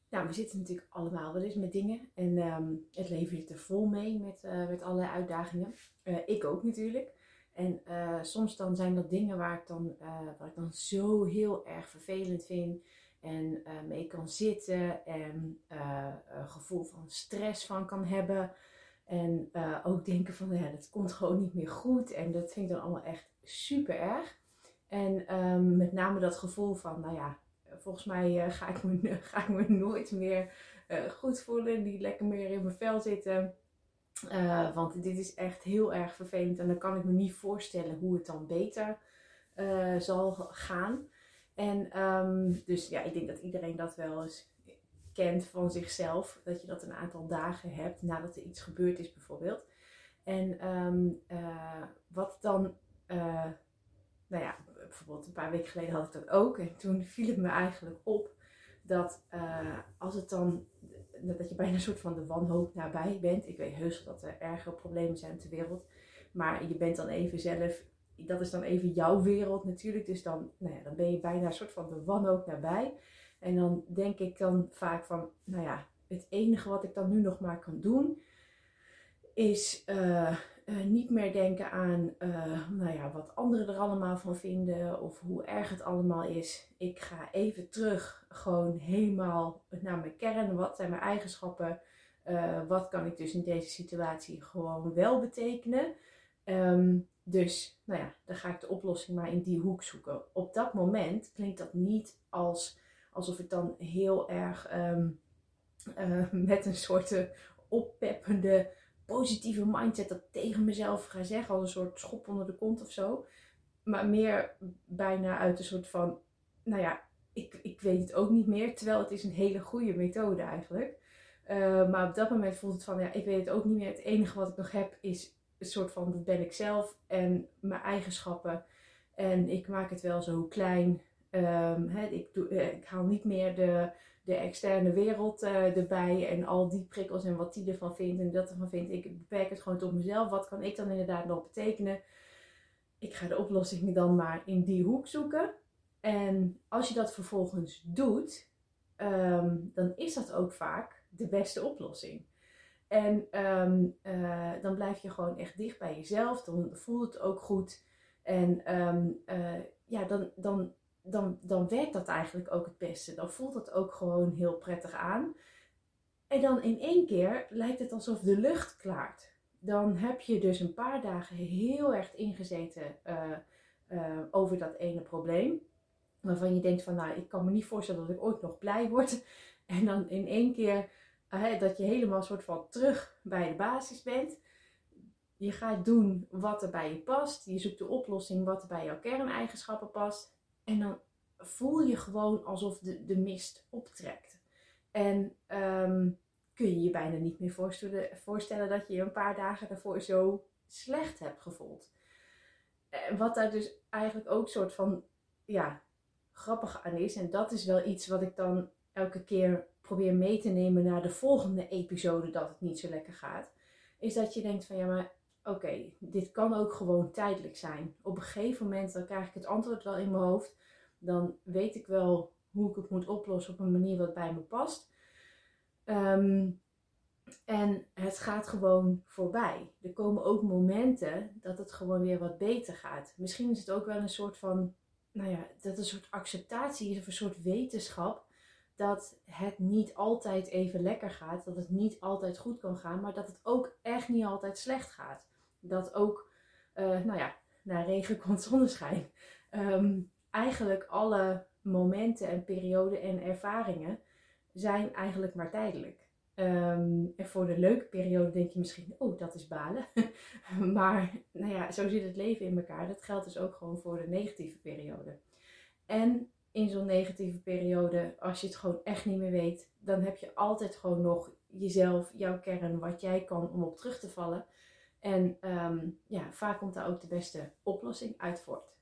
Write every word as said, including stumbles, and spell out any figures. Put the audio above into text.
Nou, we zitten natuurlijk allemaal wel eens met dingen. En um, het leven zit er vol mee met, uh, met allerlei uitdagingen. Uh, ik ook natuurlijk. En uh, soms dan zijn dat dingen waar ik dan, uh, waar ik dan zo heel erg vervelend vind. En uh, mee kan zitten. En uh, een gevoel van stress van kan hebben. En uh, ook denken van, ja, dat komt gewoon niet meer goed. En dat vind ik dan allemaal echt super erg. En um, met name dat gevoel van, nou ja, volgens mij uh, ga, ik me, ga ik me nooit meer uh, goed voelen. Niet lekker meer in mijn vel zitten. Uh, want dit is echt heel erg vervelend. En dan kan ik me niet voorstellen hoe het dan beter uh, zal gaan. En um, dus ja, ik denk dat iedereen dat wel eens kent van zichzelf. Dat je dat een aantal dagen hebt nadat er iets gebeurd is bijvoorbeeld. En um, uh, wat dan... Uh, Nou ja, bijvoorbeeld een paar weken geleden had ik dat ook. En toen viel het me eigenlijk op dat uh, als het dan, dat je bijna een soort van de wanhoop nabij bent. Ik weet heus dat er ergere problemen zijn op de wereld. Maar je bent dan even zelf, dat is dan even jouw wereld natuurlijk. Dus dan, nou ja, dan ben je bijna een soort van de wanhoop nabij. En dan denk ik dan vaak van, nou ja, het enige wat ik dan nu nog maar kan doen is uh, uh, niet meer denken aan uh, nou ja, wat anderen er allemaal van vinden of hoe erg het allemaal is. Ik ga even terug gewoon helemaal naar mijn kern. Wat zijn mijn eigenschappen? Uh, wat kan ik dus in deze situatie gewoon wel betekenen? Um, dus nou ja, dan ga ik de oplossing maar in die hoek zoeken. Op dat moment klinkt dat niet als, alsof ik dan heel erg um, uh, met een soort uh, oppeppende positieve mindset dat tegen mezelf ga zeggen, als een soort schop onder de kont of zo. Maar meer bijna uit een soort van, nou ja, ik, ik weet het ook niet meer. Terwijl het is een hele goede methode eigenlijk. Uh, maar op dat moment voelt het van, ja, ik weet het ook niet meer. Het enige wat ik nog heb is een soort van, dat ben ik zelf en mijn eigenschappen. En ik maak het wel zo klein. Um, he, ik, doe, ik haal niet meer de... de externe wereld uh, erbij en al die prikkels en wat die ervan vindt en dat ervan vindt. Ik beperk het gewoon tot mezelf. Wat kan ik dan inderdaad nog betekenen? Ik ga de oplossing dan maar in die hoek zoeken. En als je dat vervolgens doet, um, dan is dat ook vaak de beste oplossing. En um, uh, dan blijf je gewoon echt dicht bij jezelf. Dan voelt het ook goed. En um, uh, ja, dan... dan Dan, dan werkt dat eigenlijk ook het beste. Dan voelt het ook gewoon heel prettig aan. En dan in één keer lijkt het alsof de lucht klaart. Dan heb je dus een paar dagen heel erg ingezeten uh, uh, over dat ene probleem. Waarvan je denkt van, nou, ik kan me niet voorstellen dat ik ooit nog blij word. En dan in één keer uh, dat je helemaal een soort van terug bij de basis bent. Je gaat doen wat er bij je past. Je zoekt de oplossing wat er bij jouw kerneigenschappen past. En dan voel je gewoon alsof de, de mist optrekt. En um, kun je je bijna niet meer voorstellen, voorstellen dat je je een paar dagen daarvoor zo slecht hebt gevoeld. En wat daar dus eigenlijk ook soort van, ja, grappig aan is. En dat is wel iets wat ik dan elke keer probeer mee te nemen naar de volgende episode dat het niet zo lekker gaat. Is dat je denkt van, ja, maar oké, okay, dit kan ook gewoon tijdelijk zijn. Op een gegeven moment dan krijg ik het antwoord wel in mijn hoofd. Dan weet ik wel hoe ik het moet oplossen op een manier wat bij me past. Um, en het gaat gewoon voorbij. Er komen ook momenten dat het gewoon weer wat beter gaat. Misschien is het ook wel een soort van, nou ja, dat een soort acceptatie is of een soort wetenschap. Dat het niet altijd even lekker gaat. Dat het niet altijd goed kan gaan. Maar dat het ook echt niet altijd slecht gaat. Dat ook, uh, nou ja, na regen komt zonneschijn. Um, eigenlijk alle momenten en perioden en ervaringen zijn eigenlijk maar tijdelijk. Um, en voor de leuke periode denk je misschien, oh, dat is balen. Maar nou ja, zo zit het leven in elkaar. Dat geldt dus ook gewoon voor de negatieve periode. En in zo'n negatieve periode, als je het gewoon echt niet meer weet, dan heb je altijd gewoon nog jezelf, jouw kern, wat jij kan om op terug te vallen. En um, ja, vaak komt daar ook de beste oplossing uit voort.